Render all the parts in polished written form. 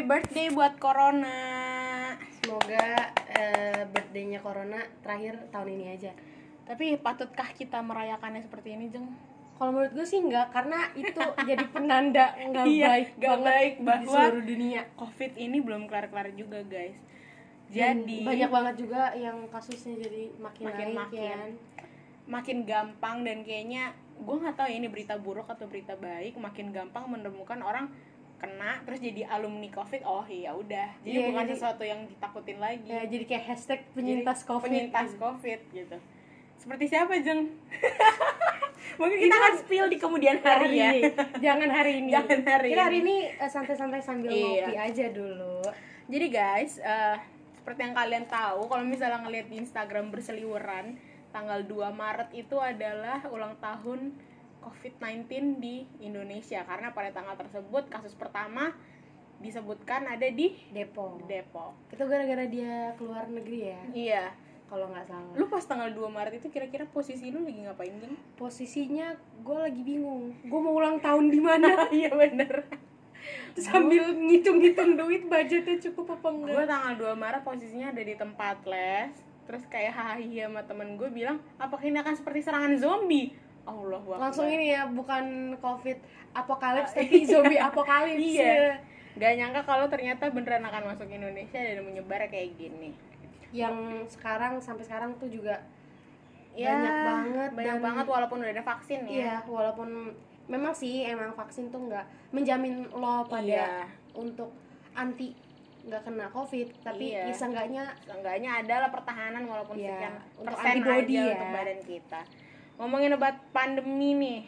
birthday buat Corona. Semoga birthday-nya Corona terakhir tahun ini aja. Tapi patutkah kita merayakannya seperti ini, Jeng? Kalau menurut gue sih enggak, karena itu jadi penanda nggak baik baik di bahwa seluruh dunia. COVID ini belum kelar-kelar juga, guys. Jadi banyak banget juga yang kasusnya jadi makin naik kan. Makin gampang, dan kayaknya gue nggak tahu ya ini berita buruk atau berita baik, makin gampang menemukan orang kena terus jadi alumni COVID. Oh ya udah, jadi bukan sesuatu yang ditakutin lagi ya, jadi kayak hashtag penyintas COVID gitu. Seperti siapa, Jeng? Mungkin kita akan spill di kemudian hari ya. Jangan hari ini. Kita hari ini santai-santai sambil ngopi aja dulu. Jadi guys, seperti yang kalian tahu, kalau misalnya ngeliat di Instagram berseliweran, tanggal 2 Maret itu adalah ulang tahun COVID-19 di Indonesia. Karena pada tanggal tersebut kasus pertama disebutkan ada di Depok. Itu gara-gara dia keluar negeri ya? Iya, kalau nggak salah. Lu pas tanggal 2 Maret itu kira-kira posisi lu lagi ngapain, Jeng? Posisinya gue lagi bingung. Gue mau ulang tahun di mana? Iya bener. Sambil ngitung-ngitung duit, budgetnya cukup apa enggak? Gue tanggal 2 Maret posisinya ada di tempat les. Terus kayak hahihi sama temen gue bilang, apakah ini akan seperti serangan zombie? Allah Akbar. Langsung ini ya, bukan COVID apokalips tapi zombie apokalips. Iya. Gak nyangka kalau ternyata beneran akan masuk Indonesia dan menyebar kayak gini. Yang sekarang sampai sekarang tuh juga ya, banyak banget walaupun udah ada vaksin ya. Iya, walaupun memang sih emang vaksin tuh nggak menjamin lo pada untuk anti nggak kena COVID, tapi seenggaknya adalah pertahanan walaupun sekian untuk persen antibody aja ya untuk badan kita. Ngomongin obat pandemi nih,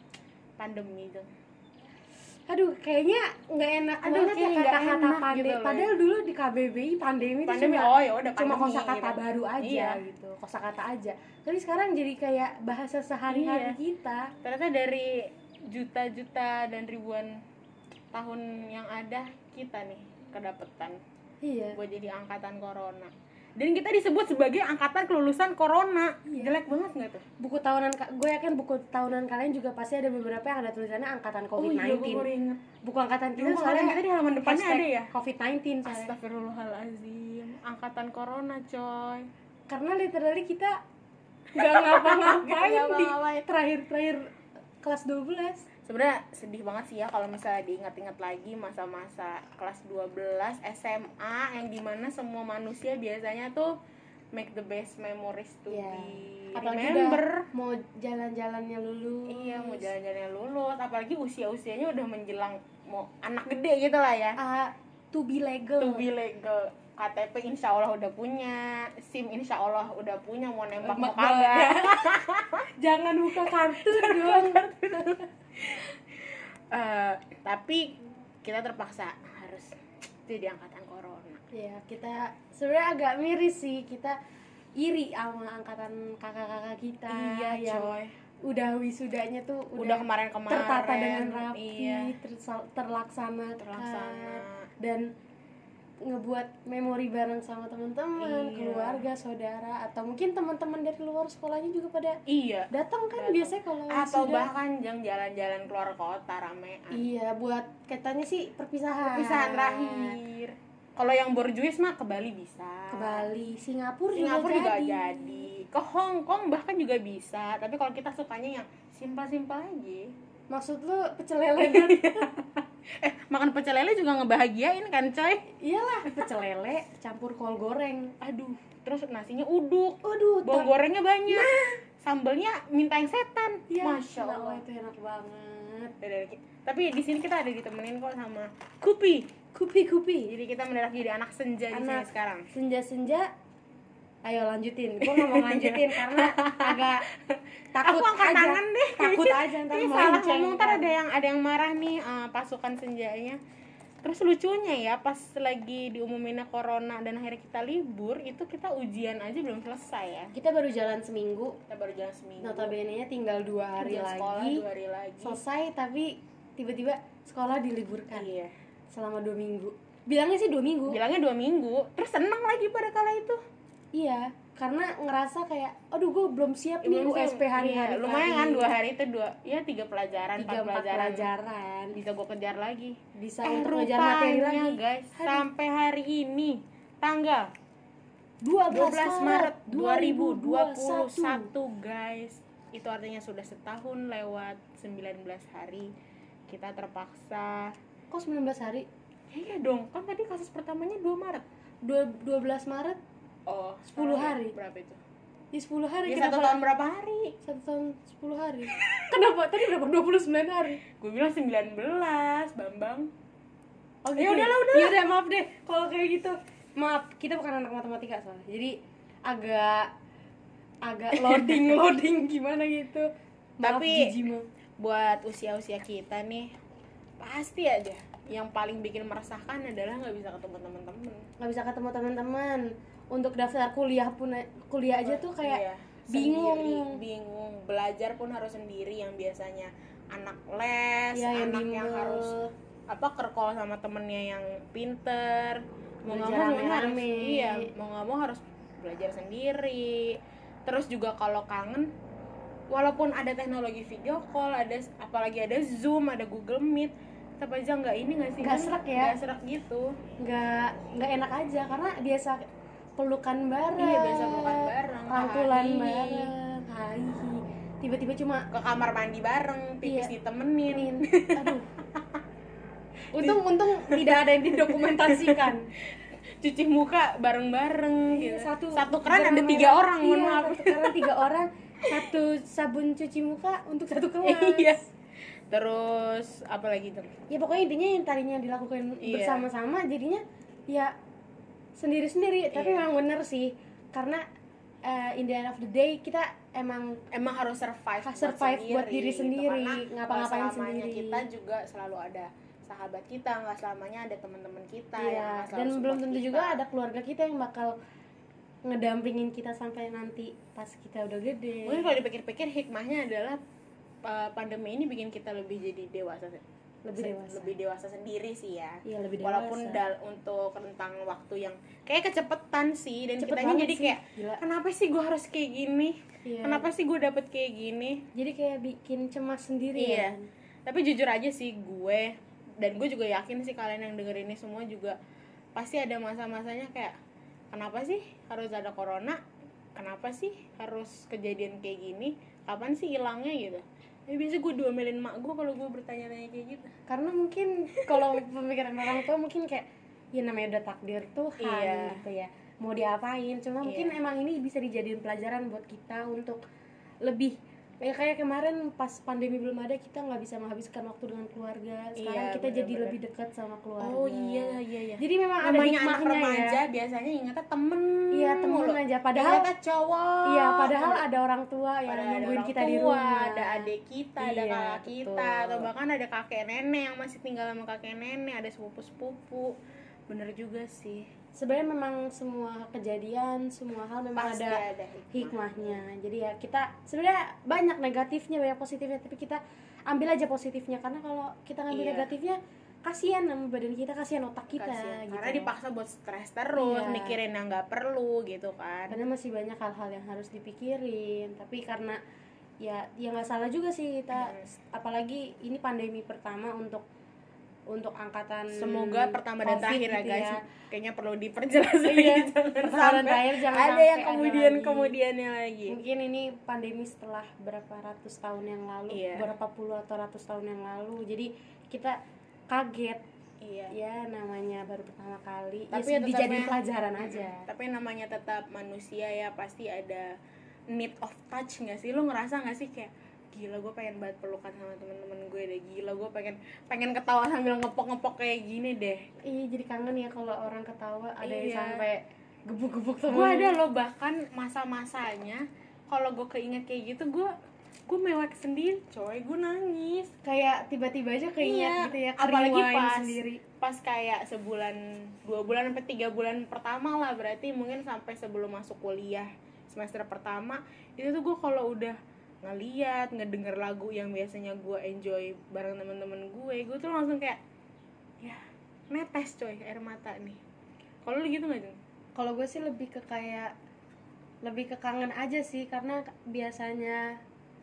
tuh. Aduh, kayaknya nggak enak banget ya kata-kata pandemi. Gitu, padahal dulu di KBBI pandemi itu cuma kosakata gitu. Baru aja gitu, kosakata aja. Tapi sekarang jadi kayak bahasa sehari-hari kita. Ternyata dari juta-juta dan ribuan tahun yang ada, kita nih kedapetan. Iya. Buat jadi angkatan Corona. Dan kita disebut sebagai angkatan kelulusan Corona. Jelek banget nggak tuh? Buku tahunan, gue yakin buku tahunan kalian juga pasti ada beberapa yang ada tulisannya angkatan COVID-19. Oh iya, gue inget. Buku angkatan kita soalnya kita di halaman depannya ada ya? COVID-19 soalnya. Astagfirullahaladzim. Angkatan Corona, coy. Karena literally kita nggak ngapa-ngapain di terakhir kelas 12. Sebenarnya sedih banget sih ya kalau misalnya diingat-ingat lagi masa-masa kelas 12 SMA yang dimana semua manusia biasanya tuh make the best memories to be remember. Mau jalan-jalannya lulus. Iya, mau jalan-jalannya lulus, apalagi usia-usianya udah menjelang mau anak gede gitu lah ya. To be legal. KTP insya Allah udah punya, SIM insya Allah udah punya, mau nembak mau kagak. Jangan buka kartu dong. Tapi kita terpaksa harus jadi angkatan Corona. Ya, kita sebenarnya agak miris sih, kita iri sama angkatan kakak-kakak kita. Iya, yang coy. Udah wisudanya tuh udah kemarin-kemarin tertata dengan rapi, terlaksana dan ngebuat memori bareng sama teman-teman, keluarga, saudara, atau mungkin teman-teman dari luar sekolahnya juga pada datang kan biasanya kalau atau bahkan jalan-jalan keluar kota ramean. Iya, buat katanya sih perpisahan terakhir. Kalau yang borjuis mah ke Bali bisa. Ke Bali, Singapura juga jadi. Ke Hong Kong bahkan juga bisa. Tapi kalau kita sukanya yang simpel-simpel aja. Maksud lu pecel lele kan? Makan pecel lele juga ngebahagiain kan, coy? Iyalah, pecel lele campur kol goreng. Aduh, terus nasinya uduk. Bawang gorengnya banyak. Sambelnya minta yang setan. Ya, Masya Allah, itu enak banget. Tapi di sini kita ada ditemenin kok sama Kupi. Jadi kita mendadak jadi anak senja di sini sekarang. Senja. Ayo lanjutin. Gue nggak mau lanjutin karena agak takut. Aku angkat tangan deh. Takut aja ntar mau salah ngomong, ntar ada yang marah nih pasukan senjanya. Terus lucunya ya, pas lagi diumuminnya Corona dan akhirnya kita libur, itu kita ujian aja belum selesai ya. Kita baru jalan seminggu. Notabene-nya tinggal 2 hari lagi. Selesai, tapi tiba-tiba sekolah diliburkan. Iya. Selama 2 minggu. Bilangnya 2 minggu. Terus seneng lagi pada kala itu. Iya, karena ngerasa kayak aduh gue belum siap nih USP hari-hari. Lumayan kan 2 hari itu 3 pelajaran, 4 pelajaran bisa gue kejar lagi, bisa untuk ngejar materi lagi guys. Sampai hari ini tanggal 12 Maret 2021 guys, itu artinya sudah setahun lewat 19 hari kita terpaksa. Kok 19 hari? Iya dong, kan tadi kasus pertamanya 2 Maret 12 Maret. Oh, 10 hari. Berapa itu? Ya 10 hari. Ya, 1 tahun berapa hari? 1 tahun 10 hari. Kenapa? Tadi berapa? 29 hari. Gue bilang 19, Bambang. Oh gitu. Ya udah. Ya udah, maaf deh kalau kayak gitu. Maaf, kita bukan anak matematika soalnya. Jadi agak loading gimana gitu. Maaf, tapi Jijima. Buat usia-usia kita nih pasti aja yang paling bikin meresahkan adalah nggak bisa ketemu teman-teman. Nggak bisa ketemu teman-teman. Untuk daftar kuliah aja tuh kayak bingung. Belajar pun harus sendiri, yang biasanya anak les, ya, anak yang harus kerkol sama temennya yang pinter, mau nggak mau harus belajar sendiri. Terus juga kalau kangen, walaupun ada teknologi video call, apalagi ada Zoom, ada Google Meet, tetap aja nggak serak gitu, nggak enak aja karena biasa pelukan bareng, rangkulan bareng, tiba-tiba cuma ke kamar mandi bareng, pipis ditemenin. Aduh. Untung tidak ada yang didokumentasikan. Cuci muka bareng-bareng gitu. Satu keran ada 3 orang, mohon maaf. Satu keran 3 orang, satu sabun cuci muka untuk satu kelas. Iya. Terus apa lagi tuh? Ya pokoknya intinya yang tadinya dilakukan bersama-sama jadinya ya sendiri-sendiri. Tapi memang bener sih, karena in the end of the day kita emang harus survive buat diri sendiri, gitu. ngapa-ngapain sendiri. Kita juga selalu ada sahabat kita, nggak selamanya ada teman-teman kita dan belum tentu kita. Juga ada keluarga kita yang bakal ngedampingin kita sampai nanti pas kita udah gede. Mungkin kalau dipikir-pikir hikmahnya adalah pandemi ini bikin kita lebih jadi dewasa. Lebih dewasa sendiri sih ya. Iya, lebih dewasa. Walaupun untuk rentang waktu yang kayak kecepetan sih, dan kitanya jadi kayak kenapa sih gue harus kayak gini? Iya. Kenapa sih gue dapet kayak gini? Jadi kayak bikin cemas sendiri. Iya. Tapi jujur aja sih gue, dan gue juga yakin sih kalian yang denger ini semua juga pasti ada masa-masanya kayak kenapa sih harus ada corona, kenapa sih harus kejadian kayak gini, kapan sih hilangnya gitu. Tapi biasa gue diomelin mak gue kalau gue bertanya-tanya kayak gitu, karena mungkin kalau pemikiran orang tua mungkin kayak ya namanya udah takdir Tuhan gitu ya, mau diapain. Cuma mungkin emang ini bisa dijadiin pelajaran buat kita untuk lebih kayak kemarin pas pandemi belum ada, kita nggak bisa menghabiskan waktu dengan keluarga. Sekarang kita jadi lebih dekat sama keluarga. Oh iya. Jadi memang namanya ada anak remaja ya. Biasanya ingatnya temen. Iya, temen aja. Padahal ingatnya cowok. Iya, padahal ada orang tua yang nungguin kita di rumah. Ada adik kita, ada kakak kita, atau bahkan ada kakek nenek yang masih tinggal sama kakek nenek, ada sepupu-sepupu. Bener juga sih. Sebenarnya memang semua kejadian, semua hal memang pasti ada hikmahnya. Jadi ya kita sebenarnya banyak negatifnya, banyak positifnya, tapi kita ambil aja positifnya, karena kalau kita ngambil negatifnya kasihan sama badan kita, kasihan otak kita gitu. Karena dipaksa buat stres terus, mikirin yang nggak perlu gitu kan. Karena masih banyak hal-hal yang harus dipikirin, tapi karena ya nggak salah juga sih kita, apalagi ini pandemi pertama untuk angkatan, semoga pertama dan terakhir ya guys ya. Kayaknya perlu diperjelas lagi, pertama dan terakhir, jangan ada yang kemudiannya lagi. Mungkin ini pandemi setelah berapa ratus tahun yang lalu, berapa puluh atau ratus tahun yang lalu, jadi kita kaget. Ya namanya baru pertama kali, tapi ya dijadiin pelajaran aja. Tapi namanya tetap manusia ya, pasti ada need of touch nggak sih? Lo ngerasa nggak sih kayak gila gue pengen banget pelukan sama temen-temen gue deh, gila gue pengen ketawa sambil ngepok-ngepok kayak gini deh. Iya, jadi kangen ya kalau orang ketawa, ada yang sampai gebuk-gebuk sama gue. Ada loh bahkan masa-masanya kalau gue keinget kayak gitu, gue mewek sendiri coy, gue nangis kayak tiba-tiba aja keinget gitu ya, apalagi pas pas kayak sebulan 2 bulan sampai 3 bulan pertama lah, berarti mungkin sampai sebelum masuk kuliah semester pertama itu tuh gue kalau udah ngedenger lagu yang biasanya gue enjoy bareng temen-temen gue tuh langsung kayak ya netes coy air mata nih. Kalau lu gitu nggak Jung? Kalau gue sih lebih ke kayak lebih ke kangen aja sih, karena biasanya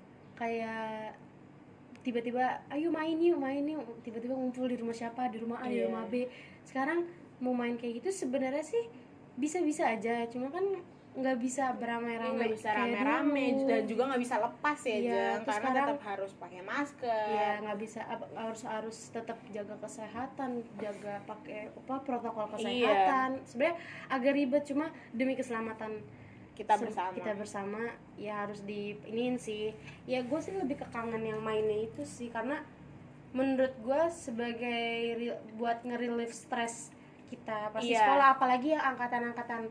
kayak tiba-tiba ayo main yuk, tiba-tiba ngumpul di rumah siapa, di rumah A, di rumah B. Sekarang mau main kayak gitu sebenarnya sih bisa-bisa aja, cuma kan nggak bisa beramai-ramai, nggak bisa rame-rame dan juga nggak bisa lepas ya, Jeng, karena sekarang, tetap harus pakai masker. Iya, nggak bisa, harus tetap jaga kesehatan, jaga pakai protokol kesehatan. Sebenarnya agak ribet, cuma demi keselamatan kita bersama ya harus diinin sih. Ya gue sih lebih ke kangen yang mainnya itu sih, karena menurut gue sebagai buat nge-relieve stres kita pasti sekolah, apalagi yang angkatan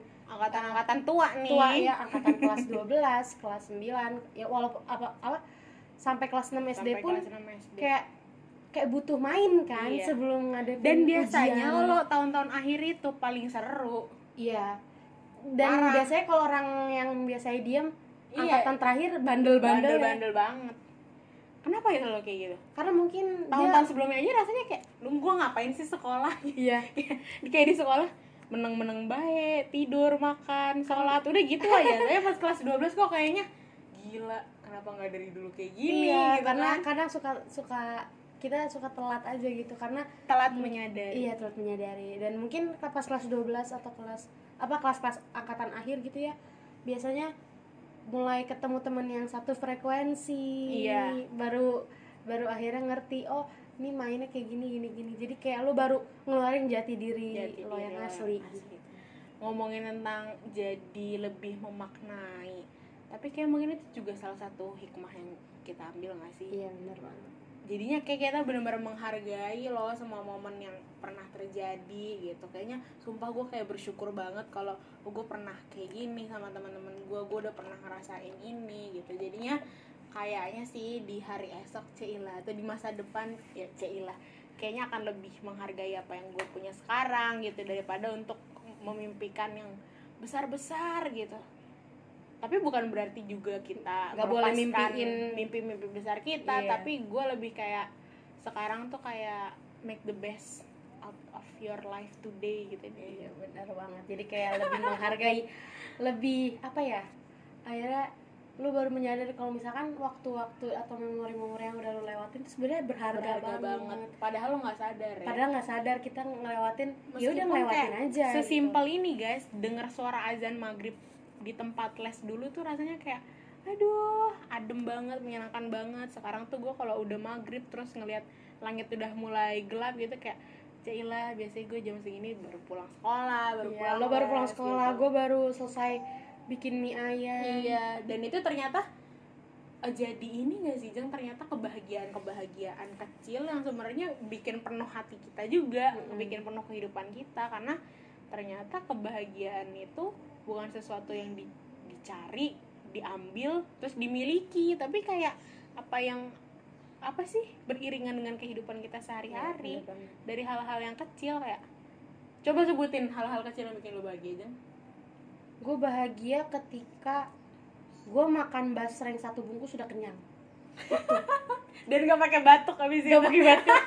tua nih. Tua ya, angkatan kelas 12, kelas 9, ya walaupun apa sampai kelas 6 SD pun kayak butuh main kan, sebelum ngadepin dan biasanya kalau tahun-tahun akhir itu paling seru. Iya. Dan biasanya kalau orang yang biasanya diam, angkatan terakhir bandel-bandel banget. Kenapa ya kalau kayak gitu? Karena mungkin tahun-tahun sebelumnya aja rasanya kayak, lu gua ngapain sih sekolah? Iya. kayak di sekolah meneng-meneng baik, tidur, makan, sholat, udah gitu aja. Tapi pas kelas 12 kok kayaknya gila, kenapa nggak dari dulu kayak gini? Iya, gitu karena kan? kadang kita suka telat aja gitu, karena telat menyadari. Iya, telat menyadari. Dan mungkin pas kelas 12 atau kelas angkatan akhir gitu ya, biasanya mulai ketemu temen yang satu frekuensi. Iya. Baru akhirnya ngerti, oh ini mainnya kayak gini. Jadi kayak lo baru ngeluarin jati diri lo yang asli. Ngomongin tentang jadi lebih memaknai, tapi kayak mungkin itu juga salah satu hikmah yang kita ambil nggak sih? Iya, benar banget. Jadinya kayak kita benar-benar menghargai loh semua momen yang pernah terjadi gitu. Kayaknya sumpah gue kayak bersyukur banget kalau gue pernah kayak gini sama teman-teman gue udah pernah ngerasain ini gitu. Jadinya kayaknya sih di hari esok atau di masa depan ya kayaknya akan lebih menghargai apa yang gue punya sekarang gitu, daripada untuk memimpikan yang besar-besar gitu. Tapi bukan berarti juga kita nggak boleh mimpiin mimpi-mimpi besar kita, tapi gue lebih kayak sekarang tuh kayak make the best out of your life today gitu deh. Iya, benar banget. Jadi kayak lebih menghargai, lebih apa ya, akhirnya lu baru menyadari kalau misalkan waktu-waktu atau memori-memori yang udah lu lewatin itu sebenarnya berharga banget. Padahal lu nggak sadar ya. Padahal nggak sadar kita ngelewatin, ya udah ngelewatin aja. Sesimpel gitu. Ini guys, dengar suara azan maghrib di tempat les dulu tuh rasanya kayak aduh adem banget, menyenangkan banget. Sekarang tuh gue kalau udah maghrib terus ngelihat langit udah mulai gelap gitu kayak Cailah, biasanya gue jam segini baru pulang sekolah, lo baru pulang sekolah, gitu. Gue baru selesai bikin mie ayam. Iya, dan itu ternyata jadi ini nggak sih, Jeng, ternyata kebahagiaan kecil yang sebenarnya bikin penuh hati kita juga, bikin penuh kehidupan kita, karena ternyata kebahagiaan itu bukan sesuatu yang dicari, diambil, terus dimiliki, tapi kayak apa sih beriringan dengan kehidupan kita sehari-hari, dari hal-hal yang kecil. Kayak coba sebutin hal-hal kecil yang bikin lo bahagia, Jen. Gue bahagia ketika gue makan basreng 1 bungkus sudah kenyang. Dan gak pakai batuk abis itu. Gak pakai batuk.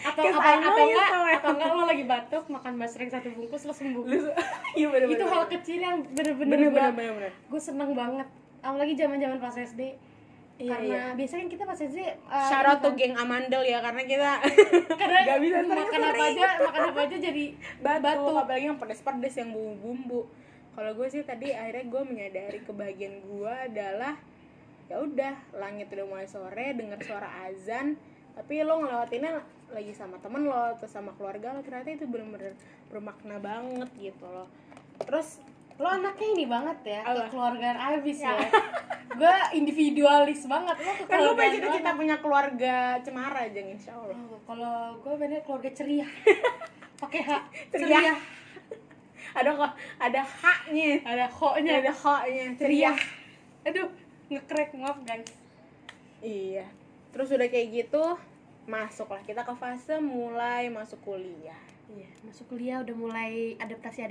atau enggak lo lagi batuk makan basreng 1 bungkus lo sembuh. Iya, bener. Itu hal kecil yang bener-bener gue seneng banget. Apalagi zaman-zaman pas SD. Karena biasanya kan kita pas SD shout out to geng Amandel ya, karena kita gak bisa makan apa aja jadi batuk. Apalagi yang pedes-pedes, yang bumbu-bumbu. Kalau gue sih tadi akhirnya gue menyadari kebahagiaan gue adalah ya udah, langit udah mulai sore, dengar suara azan, tapi lo ngelewatinnya lagi sama temen lo atau sama keluarga lo, ternyata itu benar-benar bermakna banget gitu loh. Terus lo anaknya ini banget ya, kekeluargaan abis ya. Gue individualis banget. Lo kan gue pengen cita-cita punya keluarga cemara aja, insya Allah. Kalau gue bener keluarga ceria. Pakai H, ceria. Ada haknya, ada ho-nya, ceria. Aduh, nge-crack, maaf guys. Iya. Terus udah kayak gitu, masuklah kita ke fase mulai masuk kuliah. Iya, masuk kuliah udah mulai adaptasi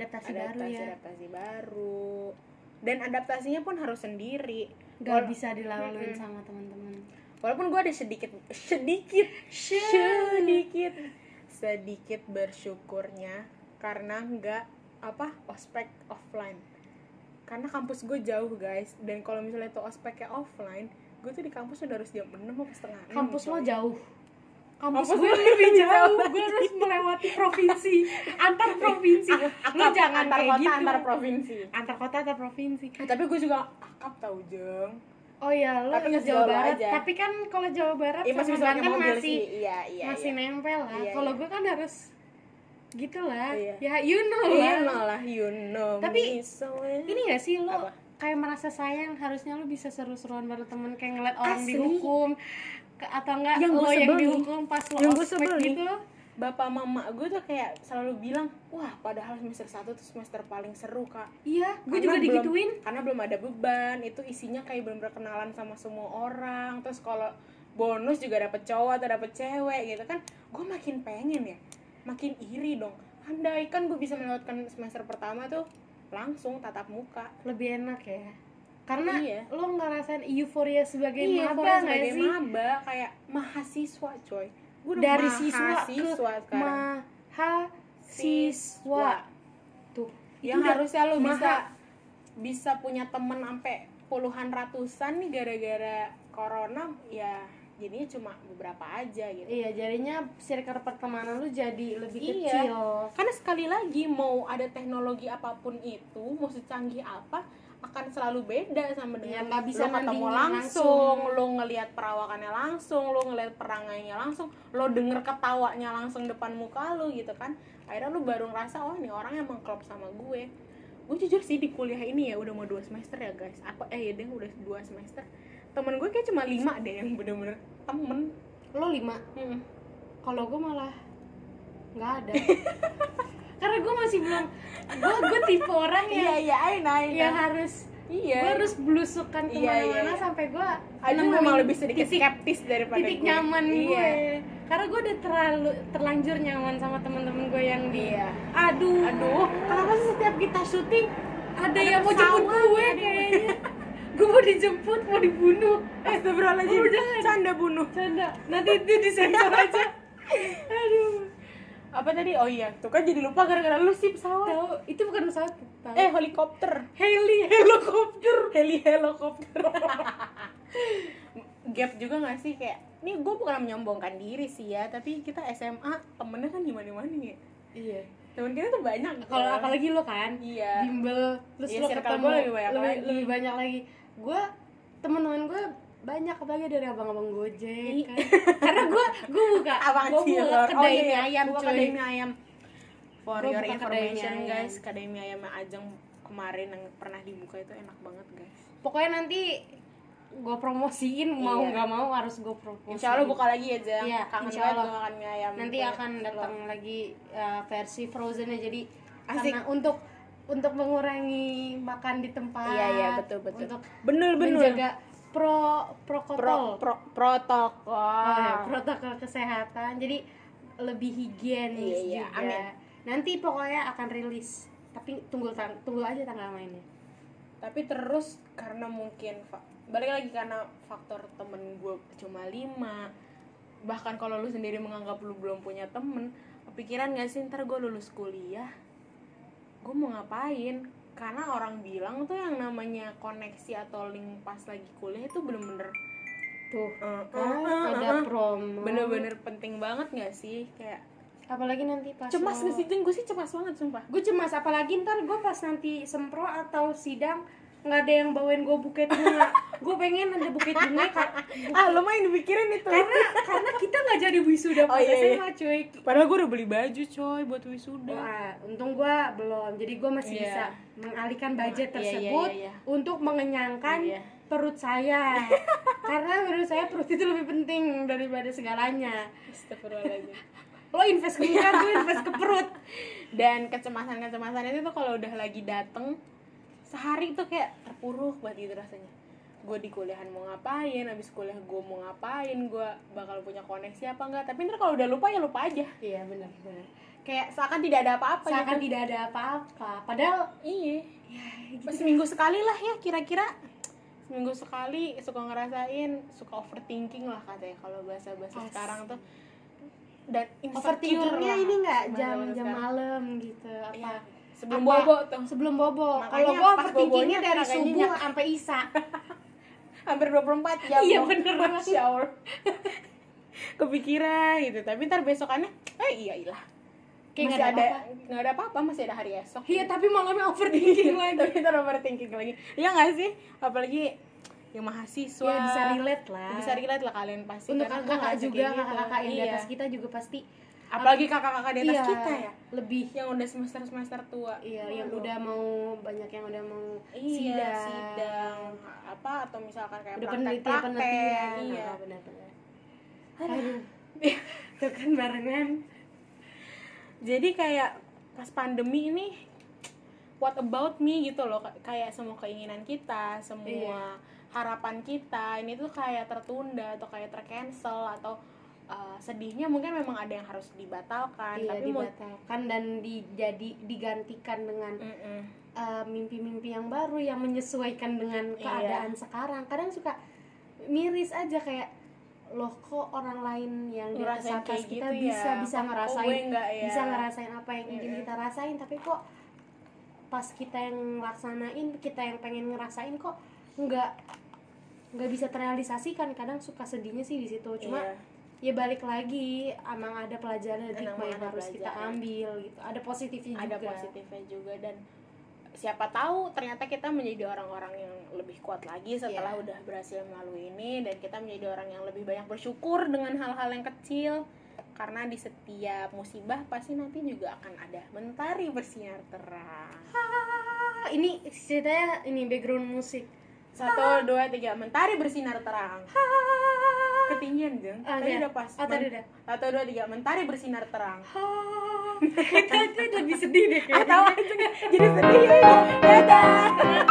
baru. Dan adaptasinya pun harus sendiri. Gak bisa dilaluin sama teman-teman. Walaupun gue ada sedikit bersyukurnya karena nggak ospek offline. karena kampus gue jauh guys, dan kalau misalnya tuh ospeknya offline, gue tuh di kampus udah harus jam 6 apa setengah 6. Kampus lo jauh. Kampus Gue lebih jauh, gue harus melewati provinsi, antar provinsi. Lo jangan antar kayak kota, gitu. antar provinsi. Antar kota, antar provinsi. Tapi gue juga akap tau Jeng. Oh iya, lo Tapi ke nggak Jawa selalu Barat. aja. Tapi kan kalau Jawa Barat Iya masih sama bisa pakai Banten mobil masih sih. Iya. masih nempel lah. Iya, Kalau iya. gue kan harus gitu lah. Iya. Ya you know lah. You know Tapi me so well. ini gak sih lo Apa? kayak merasa sayang, harusnya lo bisa seru-seruan bareng temen, kayak ngeliat orang Asli. dihukum atau enggak Yang lo gue yang sebel nih. dihukum pas lo Yang gue ospek sebel nih. gitu. Bapak mama gue tuh kayak selalu bilang, wah padahal semester 1 tuh semester paling seru kak. Iya, gue Karena juga belum- digituin. Karena belum ada beban, itu isinya kayak belum berkenalan sama semua orang. Terus kalau bonus juga dapet cowok atau dapet cewek gitu kan. Gue makin pengen ya, makin iri dong. Andai kan gue bisa melewatkan semester pertama tuh langsung tatap muka. Lebih enak ya. Karena Iya. lo ngerasain euforia sebagai Iya, maba Forest nggak sebagai sih? maba kayak mahasiswa coy. Gue udah Dari siswa ke sekarang. mahasiswa. Tuh, Yang udah harusnya lo maha. bisa punya temen sampai puluhan ratusan nih gara-gara corona ya jadinya cuma beberapa aja gitu. Iya, jadinya circle pertemanan lu jadi lebih Iya. kecil. Karena sekali lagi mau ada teknologi apapun itu, mau secanggih apa akan selalu beda sama Iya, dengan nggak bisa lo ketemu nandingin langsung, langsung. lo ngelihat perawakannya langsung, lo ngelihat perangainya langsung, lo denger ketawanya langsung depan muka lo gitu kan. Akhirnya lo baru ngerasa oh ini orang emang klop sama gue. Gue jujur sih di kuliah ini ya udah mau 2 semester ya guys. Ya deh udah 2 semester. Temen gue kayak cuma 5 deh yang bener-bener temen. Lo 5. Kalau gue malah nggak ada. Karena gue masih belum, gue tipe orang yang Iya, yang harus Iya. gue harus belusukan Iya, kemana-mana iya. sampai gue Aduh memang lebih sedikit skeptis daripada titik gue. nyaman Iya. gue. Karena gue udah terlanjur nyaman sama temen-temen gue yang di Iya. aduh Kenapa sih setiap kita syuting ada yang mau jemput gue kayaknya. Gue mau dijemput, mau dibunuh. Astagfirullahaladzim. Canda bunuh. Canda, nanti itu disensor aja. Aduh. Apa tadi? Oh iya, tuh kan jadi lupa gara-gara lu sih pesawat. Tahu, itu bukan pesawat. Tahu. Helikopter. Helikopter. Helikopter. Gap juga gak sih kayak nih gue bukan menyombongkan diri sih ya, tapi kita SMA temennya kan gimana-mana ya. Iya. Temen kita tuh banyak. Kalau apalagi lo kan, Iya. bimbel, terus Iya, lo circle ketemu gue lebih banyak lagi. lebih banyak lagi. Gue teman-teman gue banyak, apalagi dari abang-abang Gojek kan. Karena gue buka Abang gue buka kedai mie ayam buka cuy. kedai mie ayam. For Gua your buka kedai mie information ayam. guys, kedai mie ayam Ajeng kemarin yang pernah dibuka itu enak banget guys. Pokoknya nanti gue promosiin, mau Iya. nggak mau harus gue promosiin. Insya Allah buka lagi ya Jang. Iya, Kangen insya banget Allah. gue makan mie ayam. Nanti Gue- akan datang lagi versi frozennya, jadi Asik. karena untuk mengurangi makan di tempat. Iya betul. Untuk Bener. menjaga protokol. Protokol. Oh, ya, protokol kesehatan, jadi lebih higienis Iya, juga. amin. Nanti pokoknya akan rilis, tapi tunggu aja tanggal mainnya. Tapi terus karena mungkin balik lagi karena faktor temen gue cuma 5, bahkan kalau lu sendiri menganggap lu belum punya temen, kepikiran gak sih ntar gue lulus kuliah gue mau ngapain? Karena orang bilang tuh yang namanya koneksi atau link pas lagi kuliah itu bener-bener Tuh, ada promo. bener-bener penting banget gak sih? Kayak Apalagi nanti pas cemas gak sih? Gue sih cemas banget sumpah. Gue cemas, apalagi ntar gue pas nanti sempro atau sidang nggak ada yang bawain gue buket bunga. Gue pengen ada buket bunga Lo main dipikirin itu. karena kita nggak jadi wisuda pas SMA cuy. Padahal gue udah beli baju coy buat wisuda. Wah, untung gue belum, jadi gue masih Iya. bisa mengalihkan budget Iya, tersebut iya. untuk mengenyangkan Iya. perut saya. Karena menurut saya perut itu lebih penting daripada segalanya. Astagfirullahaladzim. Lo invest ke muka, gue invest ke perut. Dan kecemasan itu tuh kalau udah lagi dateng sehari tuh kayak terpuruk banget gitu rasanya. Gue di kuliahan mau ngapain, abis kuliah gue mau ngapain, gue bakal punya koneksi apa enggak. Tapi ntar kalau udah lupa ya lupa aja. Iya benar. Kayak seakan tidak ada apa-apa Seakan gitu. tidak ada apa-apa. Padahal Iya. ya gitu. Seminggu sekali lah ya kira-kira. Seminggu sekali suka ngerasain, suka overthinking lah katanya kalau bahasa-bahasa sekarang tuh. Dan Overthinking-nya ini nggak Bahasa-bahasa jam sekarang. malam gitu apa? Iya. sebelum bobo tuh. Sebelum bobo. Makanya Kalau gua pas overthinkingnya bobonya dari kagak subuh nyenyak. sampai isya. Hampir 24 jam. Iya, loh. bener banget. Masya Allah. Kepikiran gitu, tapi ntar besokannya iyalah. Kayak Masih nggak ada nggak ada apa-apa, masih ada hari esok. Iya, tapi malamnya overthinking lagi. Tapi ntar overthinking lagi. Iya nggak sih? Apalagi yang mahasiswa. Ya bisa relate lah. Bisa relate lah kalian pasti. Untuk karena gua kakak ngerasa juga, kayak gitu. kakak-kakak yang di Iya. atas kita juga pasti. Apalagi kakak-kakak di atas Iya, kita ya. lebih. Yang udah semester tua. Iya, yang Waduh. udah mau banyak yang udah mau Iya, sidang apa atau misalkan kayak udah praktek. penelitian. Iya. Nah, benar-benar. Aduh. Tuh kan barengan. Jadi kayak pas pandemi ini what about me gitu loh, kayak semua keinginan kita, semua harapan kita ini tuh kayak tertunda atau kayak tercancel atau sedihnya mungkin memang ada yang harus dibatalkan, Iya, tapi dibatalkan dan digantikan dengan mimpi-mimpi yang baru yang menyesuaikan dengan keadaan sekarang. Kadang suka miris aja kayak loh kok orang lain yang di atas ngerasain kayak kita gitu bisa Kok ngerasain gue enggak ya? bisa ngerasain apa yang ingin kita rasain, tapi kok pas kita yang laksanain, kita yang pengen ngerasain kok nggak bisa terrealisasikan. Kadang suka sedihnya sih di situ. Cuma ya balik lagi, emang ada pelajaran dan hikmah yang harus kita ambil gitu. Ada positifnya juga. Ada positifnya juga, dan siapa tahu ternyata kita menjadi orang-orang yang lebih kuat lagi setelah udah berhasil melalui ini, dan kita menjadi orang yang lebih banyak bersyukur dengan hal-hal yang kecil, karena di setiap musibah pasti nanti juga akan ada mentari bersinar terang. Ini ceritanya ini background musik. 1, 2, 3, mentari bersinar terang. Ketinggian Jeng. Tadi udah pas. Tadi udah. 1, 2, 3, mentari bersinar terang. Itu lebih sedih deh kayaknya. Tahu aja jadi sedih ya. Dadah.